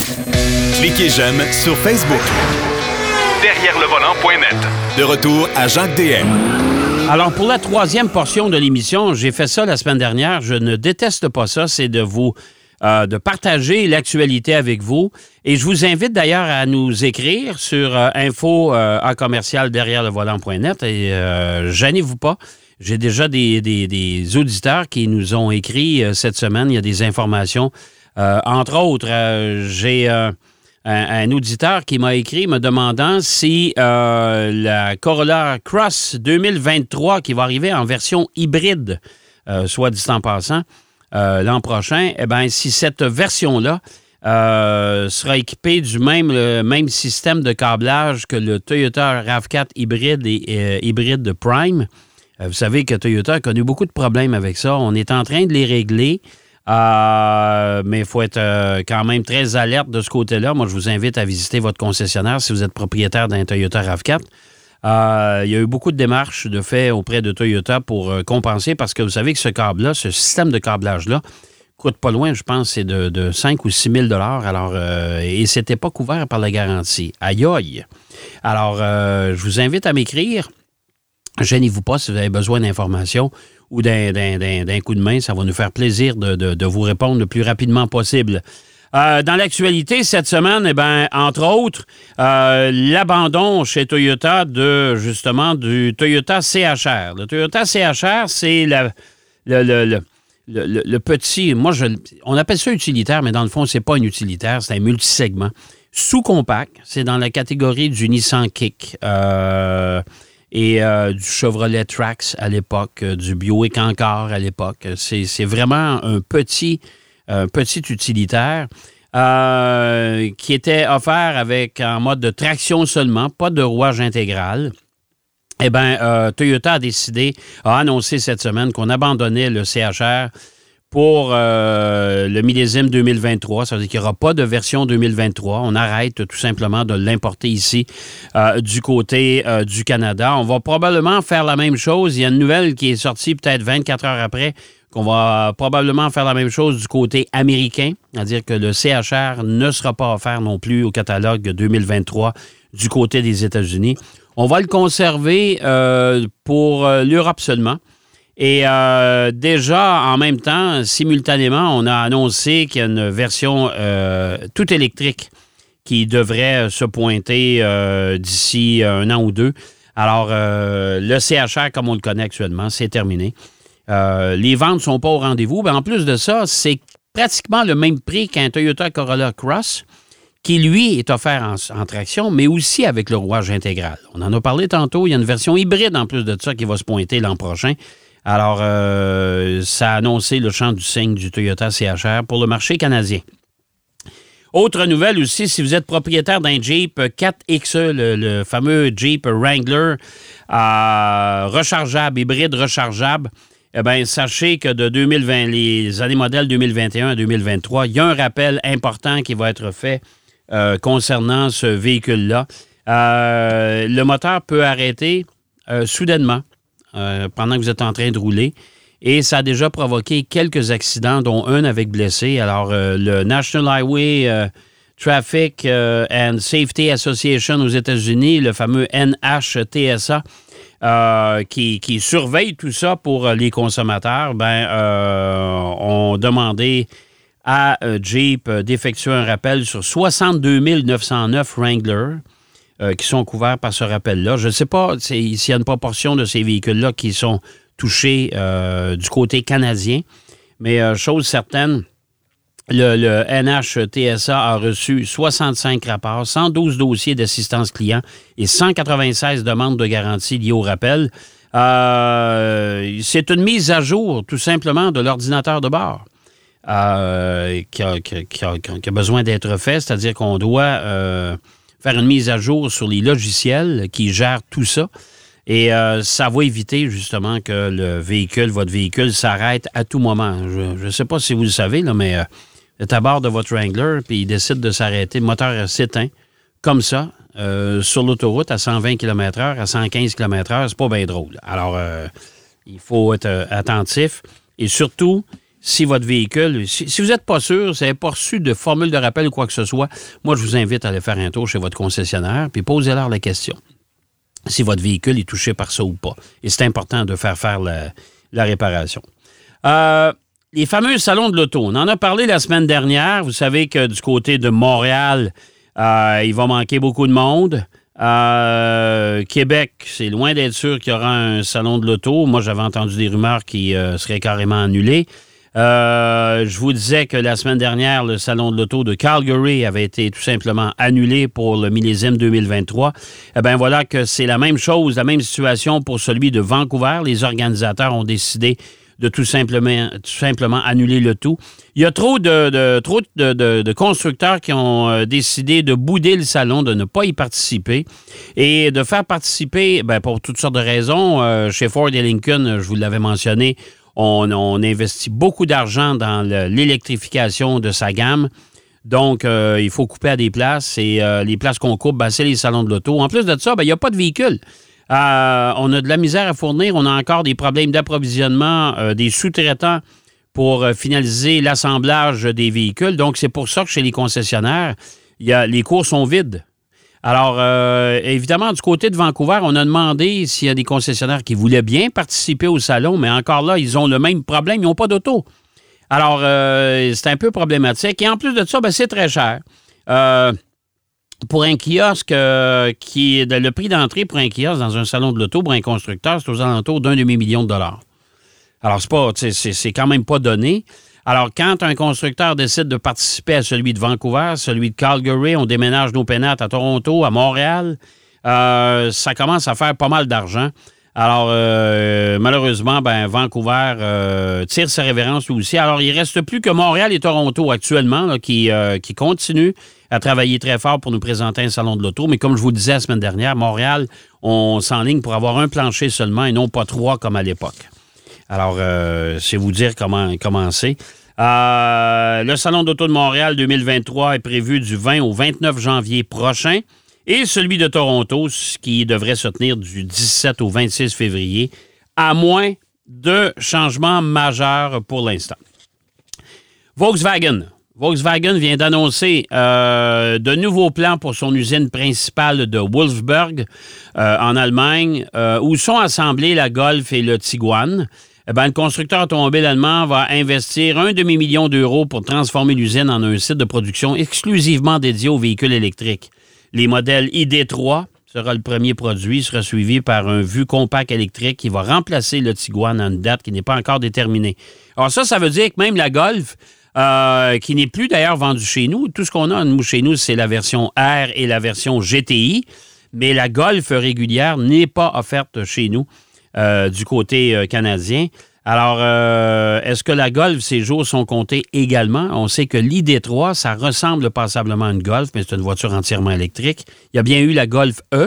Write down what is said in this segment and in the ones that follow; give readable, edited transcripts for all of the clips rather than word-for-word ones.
Cliquez j'aime sur Facebook. Derrière le volant.net. De retour à Jacques DM. Alors, pour la troisième portion de l'émission, j'ai fait ça la semaine dernière. Je ne déteste pas ça. C'est de de partager l'actualité avec vous. Et je vous invite d'ailleurs à nous écrire sur info@commercial derrière le volant.net. Et gênez-vous pas. J'ai déjà des auditeurs qui nous ont écrit cette semaine. Il y a des informations. Entre autres, j'ai un auditeur qui m'a écrit me demandant si la Corolla Cross 2023 qui va arriver en version hybride, soit dit en passant, l'an prochain, eh bien, si cette version-là sera équipée du même système de câblage que le Toyota RAV4 hybride et hybride Prime. Vous savez que Toyota a connu beaucoup de problèmes avec ça. On est en train de les régler. Mais il faut être quand même très alerte de ce côté-là. Moi, je vous invite à visiter votre concessionnaire si vous êtes propriétaire d'un Toyota RAV4. Il y a eu beaucoup de démarches de fait auprès de Toyota pour compenser parce que vous savez que ce câble-là, ce système de câblage-là, coûte pas loin, je pense, c'est de 5 ou 6 000 $. Alors, et c'était pas couvert par la garantie. Aïe aïe! Alors, je vous invite à m'écrire. Gênez-vous pas si vous avez besoin d'informations ou d'un coup de main. Ça va nous faire plaisir de vous répondre le plus rapidement possible. Dans l'actualité, cette semaine, eh bien, entre autres, l'abandon chez Toyota du Toyota CHR. Le Toyota CHR, c'est le petit... on appelle ça utilitaire, mais dans le fond, c'est pas un utilitaire, c'est un multisegment. Sous-compact, c'est dans la catégorie du Nissan Kick. Et du Chevrolet Trax à l'époque, du Buick encore à l'époque. C'est vraiment un petit utilitaire qui était offert en mode de traction seulement, pas de rouage intégral. Eh bien, Toyota a annoncé cette semaine qu'on abandonnait le CHR pour le millésime 2023. Ça veut dire qu'il n'y aura pas de version 2023. On arrête tout simplement de l'importer ici du côté du Canada. On va probablement faire la même chose. Il y a une nouvelle qui est sortie peut-être 24 heures après qu'on va probablement faire la même chose du côté américain. C'est-à-dire que le CHR ne sera pas offert non plus au catalogue 2023 du côté des États-Unis. On va le conserver pour l'Europe seulement. Et déjà, en même temps, simultanément, on a annoncé qu'il y a une version toute électrique qui devrait se pointer d'ici un an ou deux. Alors, le CHR, comme on le connaît actuellement, c'est terminé. Les ventes ne sont pas au rendez-vous. Mais en plus de ça, c'est pratiquement le même prix qu'un Toyota Corolla Cross, qui, lui, est offert en traction, mais aussi avec le rouage intégral. On en a parlé tantôt. Il y a une version hybride, en plus de ça, qui va se pointer l'an prochain. Alors, ça a annoncé le champ du signe du Toyota CHR pour le marché canadien. Autre nouvelle aussi, si vous êtes propriétaire d'un Jeep 4XE, le fameux Jeep Wrangler rechargeable, hybride rechargeable, eh bien, sachez que de 2020, les années modèles 2021 à 2023, il y a un rappel important qui va être fait concernant ce véhicule-là. Le moteur peut arrêter soudainement. Pendant que vous êtes en train de rouler. Et ça a déjà provoqué quelques accidents, dont un avec blessé. Alors, le National Highway Traffic and Safety Association aux États-Unis, le fameux NHTSA, qui surveille tout ça pour les consommateurs, ont demandé à Jeep d'effectuer un rappel sur 62 909 Wrangler. Qui sont couverts par ce rappel-là. Je ne sais pas s'il y a une proportion de ces véhicules-là qui sont touchés du côté canadien, mais chose certaine, le NHTSA a reçu 65 rapports, 112 dossiers d'assistance client et 196 demandes de garantie liées au rappel. C'est une mise à jour, tout simplement, de l'ordinateur de bord qui a besoin d'être fait, c'est-à-dire qu'on doit... faire une mise à jour sur les logiciels qui gèrent tout ça. Et ça va éviter justement que votre véhicule s'arrête à tout moment. Je ne sais pas si vous le savez, là, mais vous êtes à bord de votre Wrangler puis il décide de s'arrêter. Le moteur s'éteint comme ça sur l'autoroute à 120 km/h, à 115 km/h. C'est pas bien drôle. Alors, il faut être attentif. Et surtout, si votre véhicule, si vous n'êtes pas sûr, si vous n'avez pas reçu de formule de rappel ou quoi que ce soit, moi, je vous invite à aller faire un tour chez votre concessionnaire puis posez-leur la question. Si votre véhicule est touché par ça ou pas. Et c'est important de faire la réparation. Les fameux salons de l'auto, on en a parlé la semaine dernière. Vous savez que du côté de Montréal, il va manquer beaucoup de monde. Québec, c'est loin d'être sûr qu'il y aura un salon de l'auto. Moi, j'avais entendu des rumeurs qui seraient carrément annulées. Je vous disais que la semaine dernière, le salon de l'auto de Calgary avait été tout simplement annulé pour le millésime 2023. Eh bien, voilà que c'est la même chose, la même situation pour celui de Vancouver. Les organisateurs ont décidé de tout simplement annuler le tout. Il y a trop de constructeurs qui ont décidé de bouder le salon, de ne pas y participer et de faire participer, pour toutes sortes de raisons. Chez Ford et Lincoln, je vous l'avais mentionné, on investit beaucoup d'argent dans l'électrification de sa gamme. Donc, il faut couper à des places et les places qu'on coupe, c'est les salons de l'auto. En plus de ça, il n'y a pas de véhicules. On a de la misère à fournir. On a encore des problèmes d'approvisionnement, des sous-traitants pour finaliser l'assemblage des véhicules. Donc, c'est pour ça que chez les concessionnaires, les cours sont vides. Alors, évidemment, du côté de Vancouver, on a demandé s'il y a des concessionnaires qui voulaient bien participer au salon, mais encore là, ils ont le même problème, ils n'ont pas d'auto. Alors, c'est un peu problématique. Et en plus de ça, c'est très cher. Pour un kiosque, le prix d'entrée pour un kiosque dans un salon de l'auto, pour un constructeur, c'est aux alentours d'1 demi-million de dollars. Alors, c'est quand même pas donné. Alors, quand un constructeur décide de participer à celui de Vancouver, celui de Calgary, on déménage nos pénates à Toronto, à Montréal, ça commence à faire pas mal d'argent. Alors, malheureusement, Vancouver tire sa révérence lui aussi. Alors, il ne reste plus que Montréal et Toronto actuellement là, qui continuent à travailler très fort pour nous présenter un salon de l'auto. Mais comme je vous le disais la semaine dernière, Montréal, on s'enligne pour avoir un plancher seulement et non pas 3 comme à l'époque. Alors, c'est vous dire comment c'est. Le Salon d'auto de Montréal 2023 est prévu du 20 au 29 janvier prochain et celui de Toronto, qui devrait se tenir du 17 au 26 février, à moins de changements majeurs pour l'instant. Volkswagen vient d'annoncer de nouveaux plans pour son usine principale de Wolfsburg, en Allemagne, où sont assemblés la Golf et le Tiguan. Le constructeur automobile allemand va investir 1 demi-million d'euros pour transformer l'usine en un site de production exclusivement dédié aux véhicules électriques. Les modèles ID3 sera le premier produit, sera suivi par un Vue compact électrique qui va remplacer le Tiguan à une date qui n'est pas encore déterminée. Alors ça veut dire que même la Golf, qui n'est plus d'ailleurs vendue chez nous, tout ce qu'on a nous chez nous, c'est la version R et la version GTI, mais la Golf régulière n'est pas offerte chez nous. Du côté canadien. Alors, est-ce que la Golf, ses jours sont comptés également? On sait que l'ID3, ça ressemble passablement à une Golf, mais c'est une voiture entièrement électrique. Il y a bien eu la Golf E,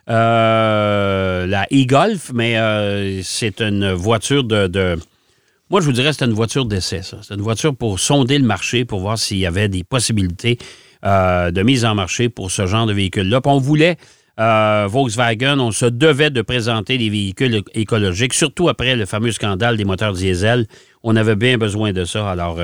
la e-Golf, mais c'est une voiture moi, je vous dirais que c'est une voiture d'essai, ça. C'est une voiture pour sonder le marché, pour voir s'il y avait des possibilités de mise en marché pour ce genre de véhicule-là. Puis on voulait... Volkswagen, on se devait de présenter des véhicules écologiques, surtout après le fameux scandale des moteurs diesel. On avait bien besoin de ça. Alors,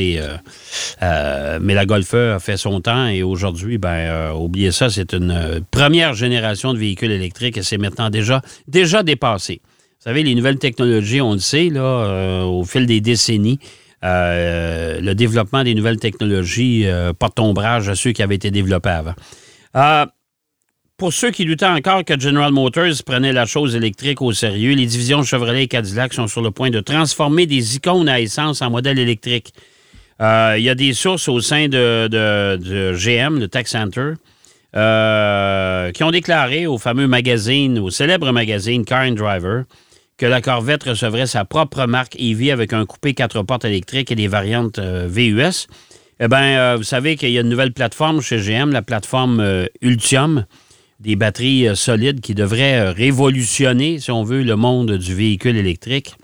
mais la Golf E a fait son temps et aujourd'hui, oubliez ça, c'est une première génération de véhicules électriques et c'est maintenant déjà dépassé. Vous savez, les nouvelles technologies, on le sait, là, au fil des décennies, le développement des nouvelles technologies porte ombrage à ceux qui avaient été développés avant. Pour ceux qui doutaient encore que General Motors prenait la chose électrique au sérieux, les divisions Chevrolet et Cadillac sont sur le point de transformer des icônes à essence en modèles électriques. Il y a des sources au sein de GM, le Tech Center, qui ont déclaré au célèbre magazine Car and Driver, que la Corvette recevrait sa propre marque EV avec un coupé 4 portes électriques et des variantes VUS. Vous savez qu'il y a une nouvelle plateforme chez GM, la plateforme Ultium, des batteries solides qui devraient révolutionner, si on veut, le monde du véhicule électrique.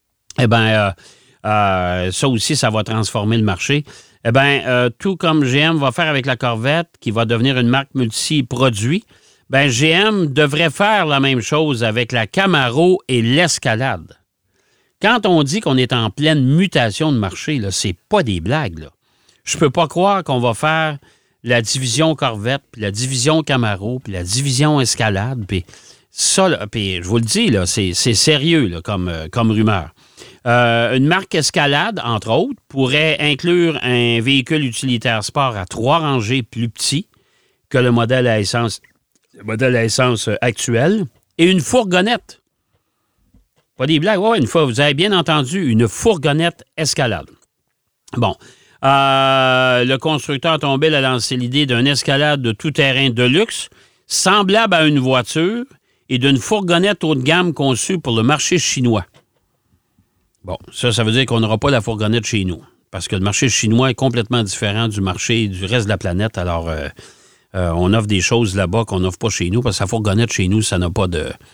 Ça aussi, ça va transformer le marché. Tout comme GM va faire avec la Corvette, qui va devenir une marque multi-produit, GM devrait faire la même chose avec la Camaro et l'Escalade. Quand on dit qu'on est en pleine mutation de marché, là, c'est pas des blagues, là. Je peux pas croire qu'on va faire la division Corvette, puis la division Camaro, puis la division Escalade, puis ça, là, puis je vous le dis, là, c'est sérieux là, comme rumeur. Une marque Escalade, entre autres, pourrait inclure un véhicule utilitaire sport à 3 rangées plus petit que le modèle à essence actuel et une fourgonnette. Pas des blagues. Ouais, une fois, vous avez bien entendu, une fourgonnette Escalade. Bon. Le constructeur Automobile a lancé l'idée d'un Escalade de tout-terrain de luxe, semblable à une voiture, et d'une fourgonnette haut de gamme conçue pour le marché chinois. Bon, ça veut dire qu'on n'aura pas la fourgonnette chez nous, parce que le marché chinois est complètement différent du marché du reste de la planète. Alors, on offre des choses là-bas qu'on n'offre pas chez nous, parce que la fourgonnette chez nous, ça n'a pas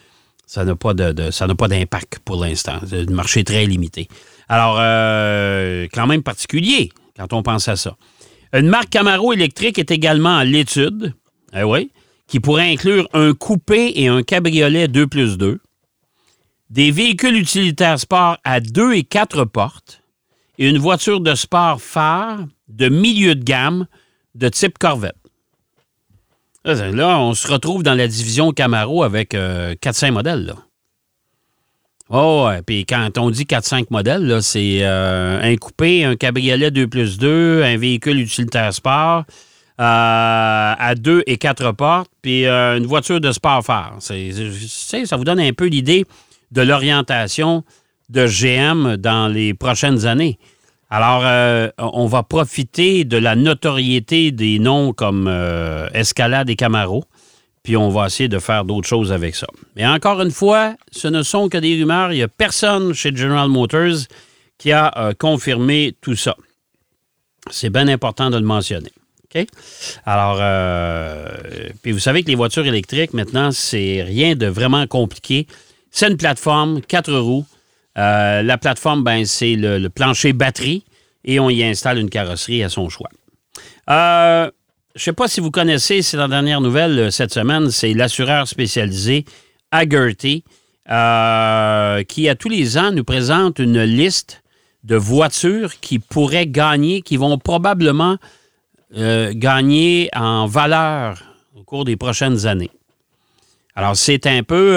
d'impact pour l'instant. C'est un marché très limité. Alors, quand même particulier quand on pense à ça. Une marque Camaro électrique est également à l'étude, qui pourrait inclure un coupé et un cabriolet 2+2, des véhicules utilitaires sport à 2 et 4 portes et une voiture de sport phare de milieu de gamme de type Corvette. Là, on se retrouve dans la division Camaro avec 4-5 modèles, là. Oh, ouais. Puis quand on dit 4-5 modèles, là, c'est un coupé, un cabriolet 2+2, un véhicule utilitaire sport à 2 et 4 portes, puis une voiture de sport phare. Ça vous donne un peu l'idée de l'orientation de GM dans les prochaines années. Alors, on va profiter de la notoriété des noms comme Escalade et Camaro, puis on va essayer de faire d'autres choses avec ça. Mais encore une fois, ce ne sont que des rumeurs. Il n'y a personne chez General Motors qui a confirmé tout ça. C'est bien important de le mentionner. OK? Alors, puis vous savez que les voitures électriques, maintenant, c'est rien de vraiment compliqué. C'est une plateforme, 4 roues. La plateforme, ben, c'est le plancher batterie et on y installe une carrosserie à son choix. Je ne sais pas si vous connaissez, c'est la dernière nouvelle cette semaine, c'est l'assureur spécialisé Hagerty qui, à tous les ans, nous présente une liste de voitures qui pourraient gagner, qui vont probablement gagner en valeur au cours des prochaines années. Alors, c'est un peu...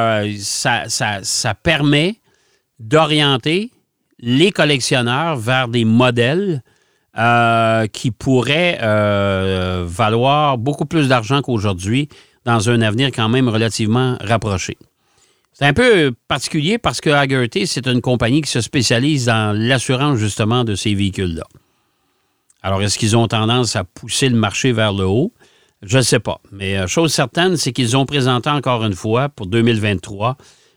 ça permet d'orienter les collectionneurs vers des modèles qui pourraient valoir beaucoup plus d'argent qu'aujourd'hui dans un avenir quand même relativement rapproché. C'est un peu particulier parce que Hagerty, c'est une compagnie qui se spécialise dans l'assurance justement de ces véhicules-là. Alors, est-ce qu'ils ont tendance à pousser le marché vers le haut? Je ne sais pas. Mais chose certaine, c'est qu'ils ont présenté encore une fois pour 2023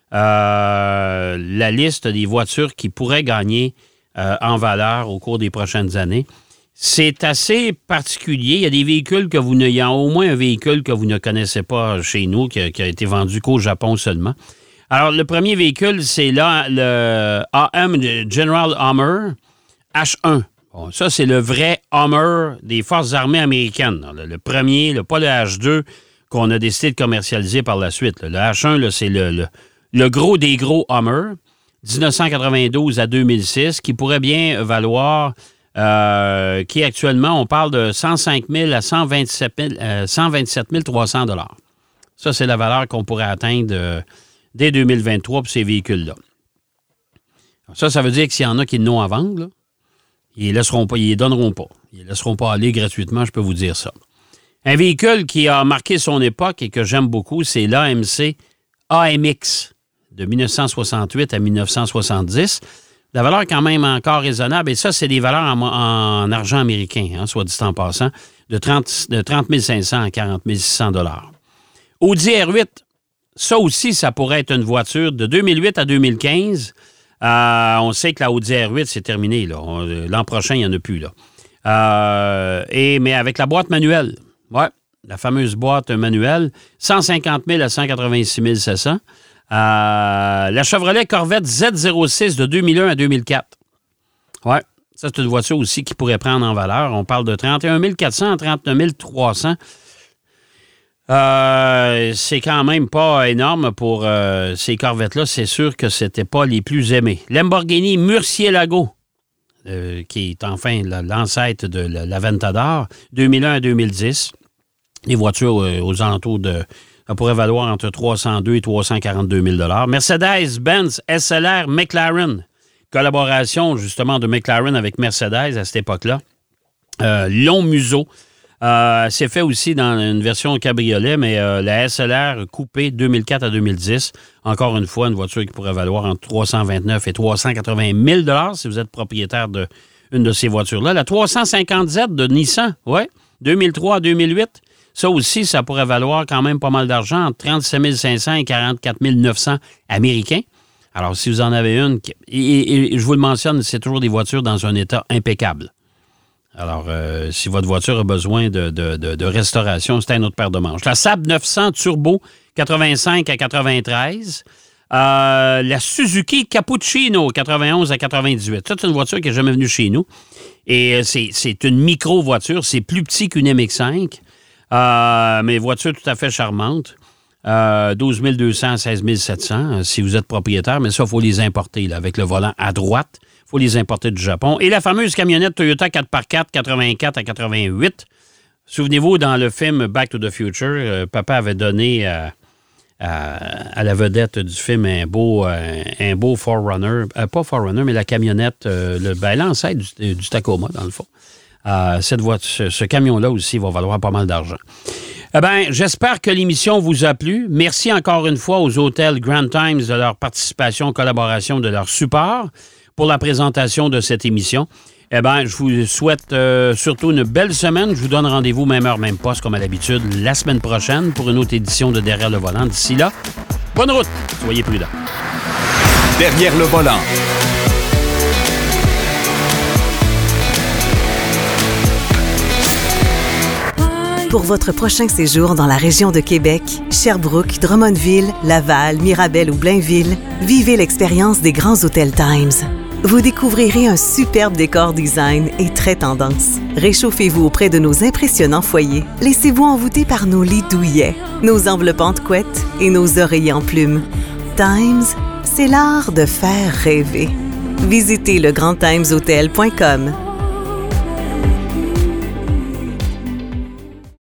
la liste des voitures qui pourraient gagner en valeur au cours des prochaines années. C'est assez particulier. Il y a des véhicules il y a au moins un véhicule que vous ne connaissez pas chez nous, qui a été vendu qu'au Japon seulement. Alors, le premier véhicule, c'est là le AM General Hummer H1. Bon, ça, c'est le vrai Hummer des Forces armées américaines. Le premier, pas le H2 qu'on a décidé de commercialiser par la suite. Le H1, là, c'est le gros des gros Hummer, 1992 à 2006, qui pourrait bien valoir, qui actuellement, on parle de 105 000 à 127 300 $. Ça, c'est la valeur qu'on pourrait atteindre dès 2023 pour ces véhicules-là. Ça veut dire que s'il y en a qui n'ont à vendre, là, ils ne les donneront pas. Ils ne les laisseront pas aller gratuitement, je peux vous dire ça. Un véhicule qui a marqué son époque et que j'aime beaucoup, c'est l'AMC AMX de 1968 à 1970. La valeur est quand même encore raisonnable. Et ça, c'est des valeurs en argent américain, soit dit en passant, de 30 500 à 40 600 $. Audi R8, ça aussi, ça pourrait être une voiture de 2008 à 2015. On sait que la Audi R8, c'est terminé. L'an prochain, il n'y en a plus. Mais avec la boîte manuelle, la fameuse boîte manuelle, 150 000 à 186 700. La Chevrolet Corvette Z06 de 2001 à 2004. Ça, c'est une voiture aussi qui pourrait prendre en valeur. On parle de 31 400 à 39 300. C'est quand même pas énorme pour ces Corvettes-là. C'est sûr que c'était pas les plus aimés. Lamborghini Murciélago, qui est enfin l'ancêtre de l'Aventador, 2001 à 2010. Les voitures aux alentours de... Ça pourrait valoir entre 302 et 342 000 $. Mercedes-Benz SLR McLaren, collaboration justement de McLaren avec Mercedes à cette époque-là. Long museau. C'est fait aussi dans une version cabriolet, mais la SLR coupée 2004 à 2010. Encore une fois, une voiture qui pourrait valoir entre 329 et 380 000 $ si vous êtes propriétaire d'une de ces voitures-là. La 350Z de Nissan, ouais, 2003 à 2008. Ça aussi, ça pourrait valoir quand même pas mal d'argent, entre 37 500 et 44 900 américains. Alors, si vous en avez une, et je vous le mentionne, c'est toujours des voitures dans un état impeccable. Alors, si votre voiture a besoin de restauration, c'est une autre paire de manches. La Saab 900 Turbo, 85 à 93. La Suzuki Cappuccino, 91 à 98. Ça, c'est une voiture qui n'est jamais venue chez nous. Et c'est une micro-voiture. C'est plus petit qu'une MX-5. Mais voiture tout à fait charmante. 12 200 à 16 700 si vous êtes propriétaire. Mais ça, il faut les importer là, avec le volant à droite. Il faut les importer du Japon. Et la fameuse camionnette Toyota 4x4, 84 à 88. Souvenez-vous, dans le film Back to the Future, papa avait donné à la vedette du film un beau 4Runner. Pas 4Runner, mais la camionnette, l'ancêtre du Tacoma, dans le fond. Ce camion-là aussi va valoir pas mal d'argent. Eh bien, j'espère que l'émission vous a plu. Merci encore une fois aux hôtels Grand Times de leur participation, collaboration, de leur support pour la présentation de cette émission. Eh bien, je vous souhaite surtout une belle semaine. Je vous donne rendez-vous même heure, même poste, comme à l'habitude, la semaine prochaine pour une autre édition de Derrière le volant. D'ici là, bonne route. Soyez prudents. Derrière le volant. Pour votre prochain séjour dans la région de Québec, Sherbrooke, Drummondville, Laval, Mirabel ou Blainville, vivez l'expérience des grands hôtels Times. Vous découvrirez un superbe décor design et très tendance. Réchauffez-vous auprès de nos impressionnants foyers. Laissez-vous envoûter par nos lits douillets, nos enveloppantes couettes et nos oreillers en plumes. Times, c'est l'art de faire rêver. Visitez legrandtimeshotel.com.